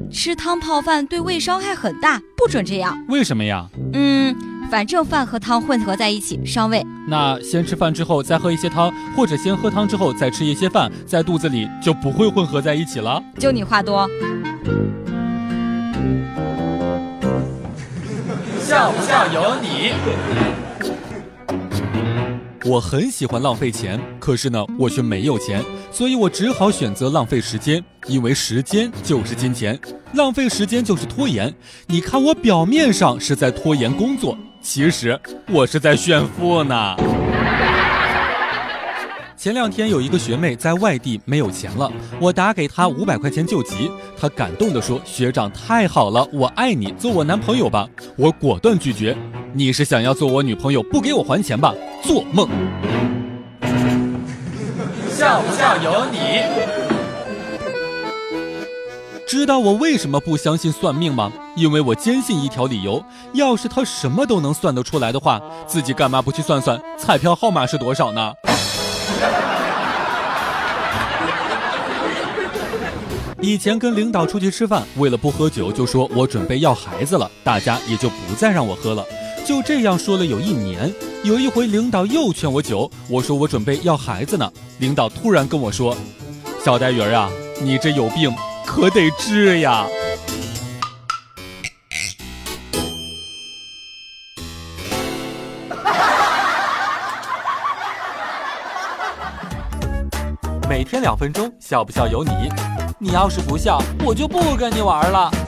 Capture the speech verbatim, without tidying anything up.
吃汤泡饭对胃伤害很大，不准这样。 为什么呀？ 嗯，反正饭和汤混合在一起伤胃。 那先吃饭之后再喝一些汤，或者先喝汤之后再吃一些饭，在肚子里就不会混合在一起了。 就你话多。 笑不笑由你。我很喜欢浪费钱，可是呢，我却没有钱，所以我只好选择浪费时间，因为时间就是金钱，浪费时间就是拖延。你看我表面上是在拖延工作，其实我是在炫富呢。前两天有一个学妹在外地没有钱了，我打给她五百块钱救急，她感动地说：“学长太好了，我爱你，做我男朋友吧。”我果断拒绝：“你是想要做我女朋友，不给我还钱吧？做梦！”笑不笑由你。知道我为什么不相信算命吗？因为我坚信一条理由：要是他什么都能算得出来的话，自己干嘛不去算算彩票号码是多少呢？以前跟领导出去吃饭，为了不喝酒就说我准备要孩子了，大家也就不再让我喝了。就这样说了有一年，有一回领导又劝我酒，我说我准备要孩子呢，领导突然跟我说：“小呆鱼儿啊，你这有病可得治呀。”每天两分钟，笑不笑由你。你要是不笑，我就不跟你玩了。